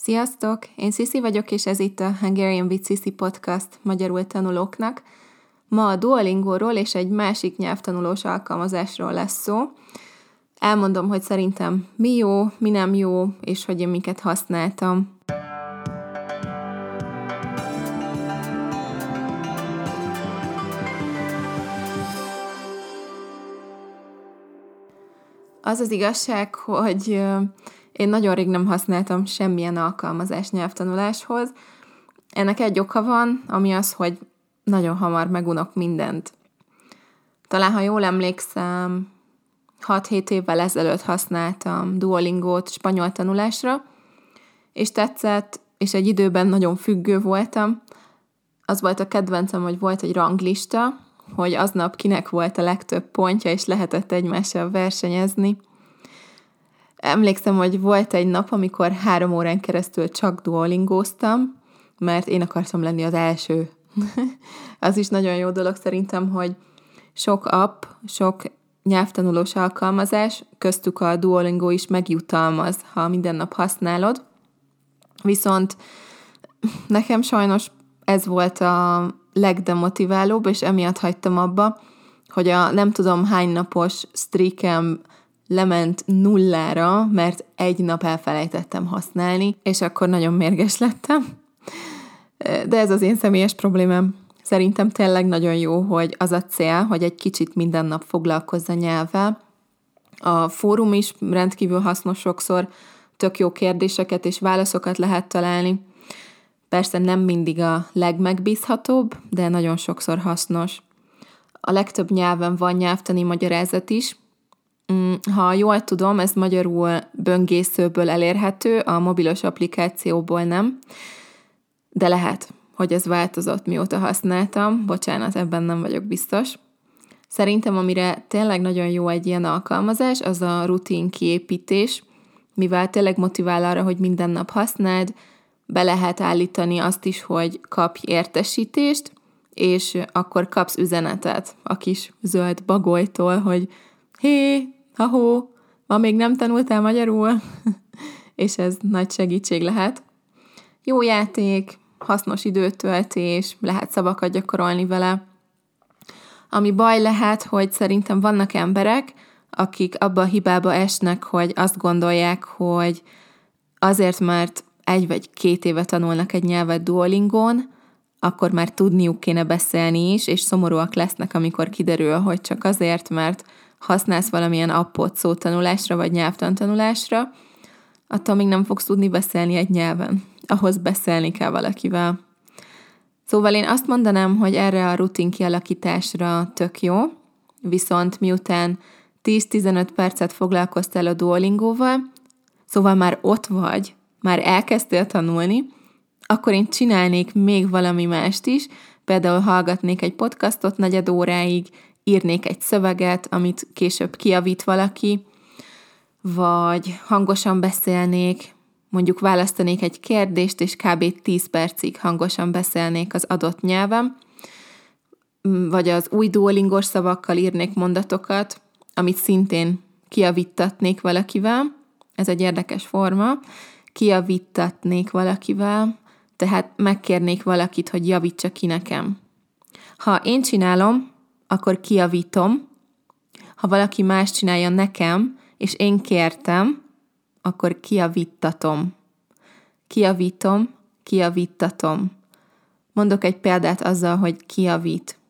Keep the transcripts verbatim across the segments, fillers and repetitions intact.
Sziasztok! Én Sziszi vagyok, és ez itt a Hungarian with Sissi podcast magyarul tanulóknak. Ma a Duolingóról és egy másik nyelvtanulós alkalmazásról lesz szó. Elmondom, hogy szerintem mi jó, mi nem jó, és hogy én miket használtam. Az az igazság, hogy én nagyon rég nem használtam semmilyen alkalmazást nyelvtanuláshoz. Ennek egy oka van, ami az, hogy nagyon hamar megunok mindent. Talán, ha jól emlékszem, hat-hét évvel ezelőtt használtam Duolingót spanyol tanulásra, és tetszett, és egy időben nagyon függő voltam. Az volt a kedvencem, hogy volt egy ranglista, hogy aznap kinek volt a legtöbb pontja, és lehetett egymással versenyezni. Emlékszem, hogy volt egy nap, amikor három órán keresztül csak duolingóztam, mert én akartam lenni az első. Az is nagyon jó dolog szerintem, hogy sok app, sok nyelvtanulós alkalmazás, köztük a Duolingo is megjutalmaz, ha minden nap használod. Viszont nekem sajnos ez volt a legdemotiválóbb, és emiatt hagytam abba, hogy a nem tudom hány napos streakem lement nullára, mert egy nap elfelejtettem használni, és akkor nagyon mérges lettem. De ez az én személyes problémám. Szerintem tényleg nagyon jó, hogy az a cél, hogy egy kicsit minden nap foglalkozz a nyelvvel. A fórum is rendkívül hasznos sokszor, tök jó kérdéseket és válaszokat lehet találni. Persze nem mindig a legmegbízhatóbb, de nagyon sokszor hasznos. A legtöbb nyelven van nyelvtani magyarázat is. Ha jól tudom, ez magyarul böngészőből elérhető, a mobilos applikációból nem, de lehet, hogy ez változott, mióta használtam. Bocsánat, ebben nem vagyok biztos. Szerintem, amire tényleg nagyon jó egy ilyen alkalmazás, az a rutin kiépítés, mivel tényleg motivál arra, hogy minden nap használd, be lehet állítani azt is, hogy kapj értesítést, és akkor kapsz üzenetet a kis zöld bagolytól, hogy hé, ha-hó, ma még nem tanultál magyarul, és ez nagy segítség lehet. Jó játék, hasznos időtöltés, lehet szavakat gyakorolni vele. Ami baj lehet, hogy szerintem vannak emberek, akik abba a hibába esnek, hogy azt gondolják, hogy azért, mert egy vagy két éve tanulnak egy nyelvet Duolingón, akkor már tudniuk kéne beszélni is, és szomorúak lesznek, amikor kiderül, hogy csak azért, mert használsz valamilyen appot szótanulásra vagy nyelvtantanulásra, attól még nem fogsz tudni beszélni egy nyelven. Ahhoz beszélni kell valakivel. Szóval én azt mondanám, hogy erre a rutin kialakításra tök jó, viszont miután tíz-tizenöt percet foglalkoztál a Duolingóval, szóval már ott vagy, már elkezdtél tanulni, akkor én csinálnék még valami mást is, például hallgatnék egy podcastot negyed óráig, írnék egy szöveget, amit később kijavít valaki, vagy hangosan beszélnék, mondjuk választanék egy kérdést, és kb. tíz percig hangosan beszélnék az adott nyelvem, vagy az új duolingos szavakkal írnék mondatokat, amit szintén kijavítatnék valakivel. Ez egy érdekes forma. Kijavítatnék valakivel, tehát megkérnék valakit, hogy javítsa ki nekem. Ha én csinálom, akkor kijavítom. Ha valaki más csinálja nekem, és én kértem, akkor kijavítatom. Kijavítom, kijavítatom. Mondok egy példát azzal, hogy kijavít.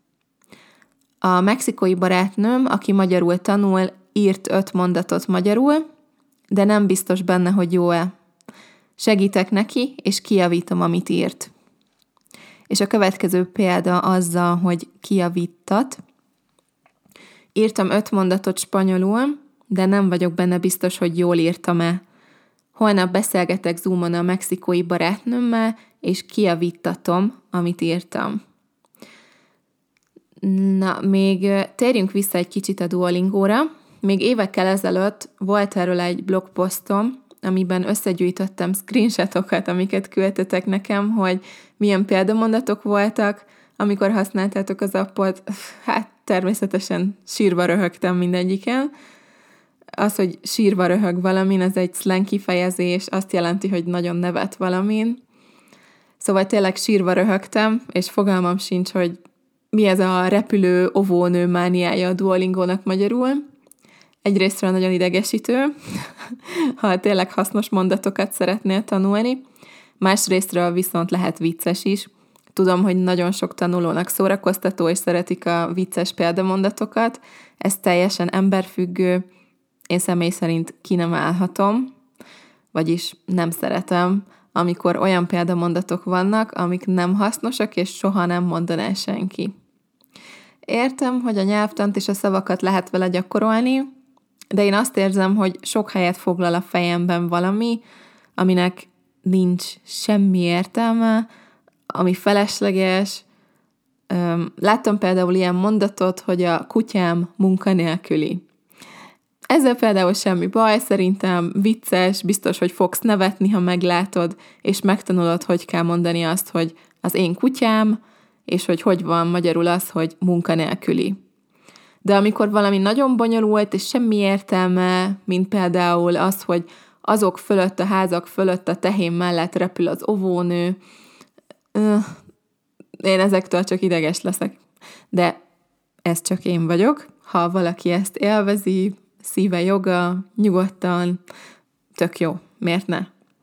A mexikói barátnőm, aki magyarul tanul, írt öt mondatot magyarul, de nem biztos benne, hogy jó-e. Segítek neki, és kijavítom, amit írt. És a következő példa azzal, hogy kijavítat. Írtam öt mondatot spanyolul, de nem vagyok benne biztos, hogy jól írtam-e. Holnap beszélgetek Zoomon a mexikói barátnőmmel, és kijavítatom, amit írtam. Na, még térjünk vissza egy kicsit a Duolingóra. Még évekkel ezelőtt volt erről egy blogposztom, amiben összegyűjtöttem screenshotokat, amiket küldtetek nekem, hogy milyen példamondatok voltak, amikor használtátok az appot. Hát természetesen sírva röhögtem mindegyiken. Az, hogy sírva röhög valamin, ez egy slang kifejezés, azt jelenti, hogy nagyon nevet valamin. Szóval tényleg sírva röhögtem, és fogalmam sincs, hogy mi ez a repülő óvónő mániája a Duolingónak magyarul. Egyrésztről nagyon idegesítő, ha tényleg hasznos mondatokat szeretnél tanulni, másrésztről viszont lehet vicces is. Tudom, hogy nagyon sok tanulónak szórakoztató, és szeretik a vicces példamondatokat, ez teljesen emberfüggő, én személy szerint ki nem állhatom, vagyis nem szeretem, amikor olyan példamondatok vannak, amik nem hasznosak, és soha nem mondaná senki. Értem, hogy a nyelvtant és a szavakat lehet vele gyakorolni, de én azt érzem, hogy sok helyet foglal a fejemben valami, aminek nincs semmi értelme, ami felesleges. Láttam például ilyen mondatot, hogy a kutyám munkanélküli. Ezzel például semmi baj, szerintem vicces, biztos, hogy fogsz nevetni, ha meglátod, és megtanulod, hogy kell mondani azt, hogy az én kutyám, és hogy hogy van magyarul az, hogy munkanélküli. De amikor valami nagyon bonyolult, és semmi értelme, mint például az, hogy azok fölött, a házak fölött, a tehén mellett repül az óvónő, én ezektől csak ideges leszek. De ez csak én vagyok. Ha valaki ezt élvezi, szíve joga, nyugodtan, tök jó. Miért ne?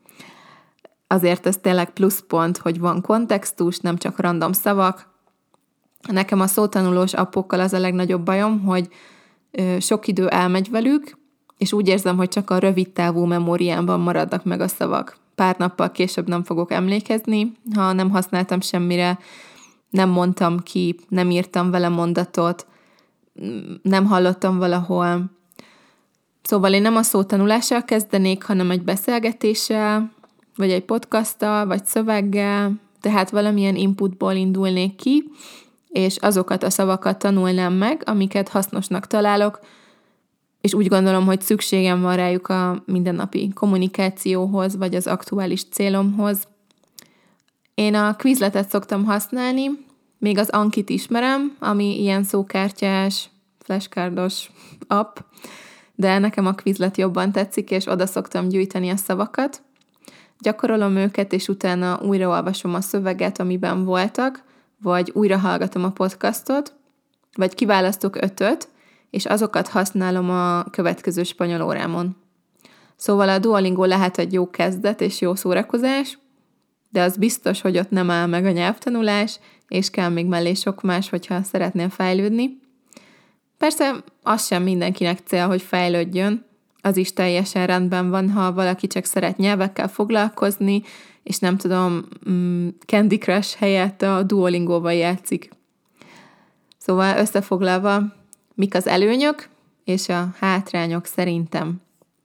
Azért ez tényleg pluszpont, hogy van kontextus, nem csak random szavak. Nekem a szótanulós appokkal az a legnagyobb bajom, hogy sok idő elmegy velük, és úgy érzem, hogy csak a rövid távú memóriámban maradnak meg a szavak. Pár nappal később nem fogok emlékezni, ha nem használtam semmire, nem mondtam ki, nem írtam vele mondatot, nem hallottam valahol. Szóval én nem a szótanulással kezdenék, hanem egy beszélgetéssel, vagy egy podcasttal, vagy szöveggel, tehát valamilyen inputból indulnék ki, és azokat a szavakat tanulnám meg, amiket hasznosnak találok, és úgy gondolom, hogy szükségem van rájuk a mindennapi kommunikációhoz, vagy az aktuális célomhoz. Én a Quizletet szoktam használni, még az Ankit ismerem, ami ilyen szókártyás, flashcardos app, de nekem a Quizlet jobban tetszik, és oda szoktam gyűjteni a szavakat. Gyakorolom őket, és utána újraolvasom a szöveget, amiben voltak, vagy újra hallgatom a podcastot, vagy kiválasztok ötöt, és azokat használom a következő spanyol órámon. Szóval a Duolingo lehet egy jó kezdet és jó szórakozás, de az biztos, hogy ott nem áll meg a nyelvtanulás, és kell még mellé sok más, hogyha szeretnél fejlődni. Persze az sem mindenkinek cél, hogy fejlődjön, az is teljesen rendben van, ha valaki csak szeret nyelvekkel foglalkozni, és nem tudom, Candy Crush helyett a Duolingóval játszik. Szóval összefoglalva, mik az előnyök és a hátrányok szerintem?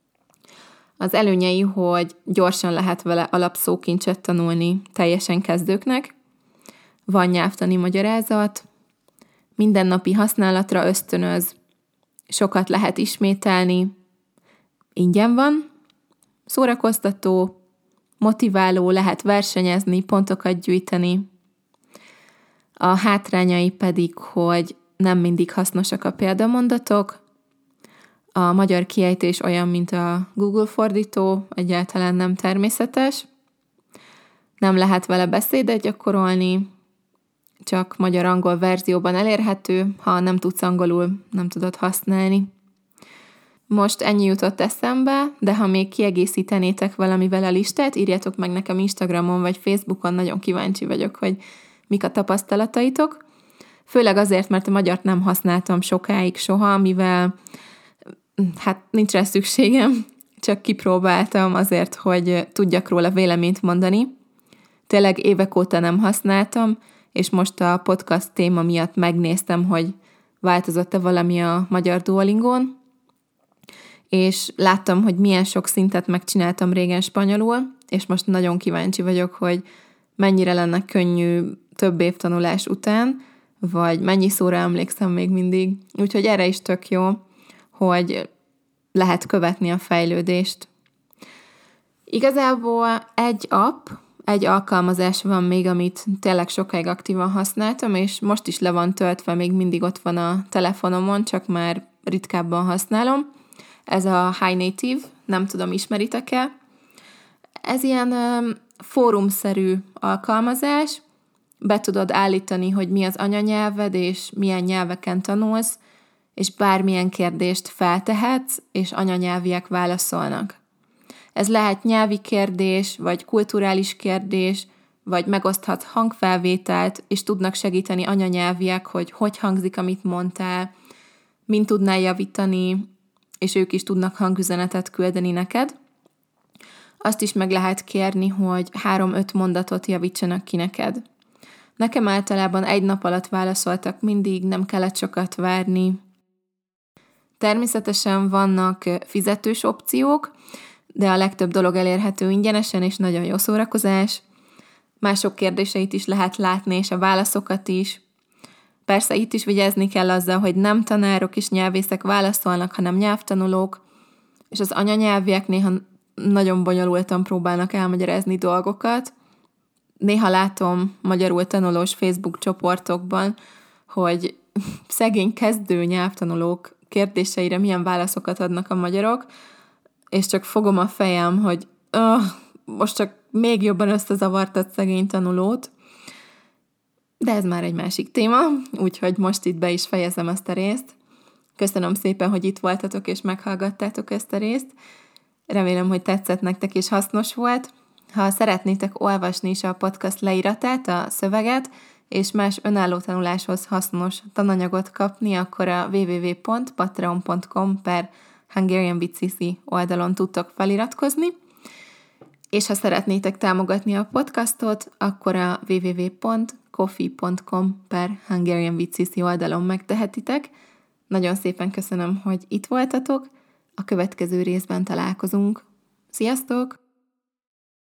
Az előnyei, hogy gyorsan lehet vele alapszókincset tanulni teljesen kezdőknek, van nyelvtani magyarázat, mindennapi használatra ösztönöz, sokat lehet ismételni, ingyen van, szórakoztató, motiváló, lehet versenyezni, pontokat gyűjteni. A hátrányai pedig, hogy nem mindig hasznosak a példamondatok, a magyar kiejtés olyan, mint a Google fordító, egyáltalán nem természetes, nem lehet vele beszédet gyakorolni, csak magyar-angol verzióban elérhető, ha nem tudsz angolul, nem tudod használni. Most ennyi jutott eszembe, de ha még kiegészítenétek valamivel a listát, írjátok meg nekem Instagramon vagy Facebookon, nagyon kíváncsi vagyok, hogy mik a tapasztalataitok. Főleg azért, mert a magyart nem használtam sokáig soha, mivel hát nincs rá szükségem, csak kipróbáltam azért, hogy tudjak róla véleményt mondani. Tényleg évek óta nem használtam, és most a podcast téma miatt megnéztem, hogy változott-e valami a magyar Duolingón, és láttam, hogy milyen sok szintet megcsináltam régen spanyolul, és most nagyon kíváncsi vagyok, hogy mennyire lenne könnyű több év tanulás után, vagy mennyi szóra emlékszem még mindig. Úgyhogy erre is tök jó, hogy lehet követni a fejlődést. Igazából egy app, egy alkalmazás van még, amit tényleg sokáig aktívan használtam, és most is le van töltve, még mindig ott van a telefonomon, csak már ritkábban használom. Ez a High Native, nem tudom, ismeritek-e. Ez ilyen um, fórumszerű alkalmazás, be tudod állítani, hogy mi az anyanyelved, és milyen nyelveken tanulsz, és bármilyen kérdést feltehetsz, és anyanyelviek válaszolnak. Ez lehet nyelvi kérdés, vagy kulturális kérdés, vagy megoszthatsz hangfelvételt, és tudnak segíteni anyanyelviek, hogy hogy hangzik, amit mondtál, mint tudnál javítani, és ők is tudnak hangüzenetet küldeni neked. Azt is meg lehet kérni, hogy három-öt mondatot javítsanak ki neked. Nekem általában egy nap alatt válaszoltak mindig, nem kellett sokat várni. Természetesen vannak fizetős opciók, de a legtöbb dolog elérhető ingyenesen, és nagyon jó szórakozás. Mások kérdéseit is lehet látni, és a válaszokat is. Persze itt is vigyázni kell azzal, hogy nem tanárok és nyelvészek válaszolnak, hanem nyelvtanulók, és az anyanyelviek néha nagyon bonyolultan próbálnak elmagyarázni dolgokat. Néha látom magyarul tanulós Facebook csoportokban, hogy szegény kezdő nyelvtanulók kérdéseire milyen válaszokat adnak a magyarok, és csak fogom a fejem, hogy öh, most csak még jobban összezavartad szegény tanulót. De ez már egy másik téma, úgyhogy most itt be is fejezem ezt a részt. Köszönöm szépen, hogy itt voltatok és meghallgattátok ezt a részt. Remélem, hogy tetszett nektek és hasznos volt. Ha szeretnétek olvasni is a podcast leíratát, a szöveget, és más önálló tanuláshoz hasznos tananyagot kapni, akkor a www pont patreon pont com per Hungarian with Cici oldalon tudtok feliratkozni. És ha szeretnétek támogatni a podcastot, akkor a www pont coffee pont com per Hungarian with Cici oldalon megtehetitek. Nagyon szépen köszönöm, hogy itt voltatok. A következő részben találkozunk. Sziasztok!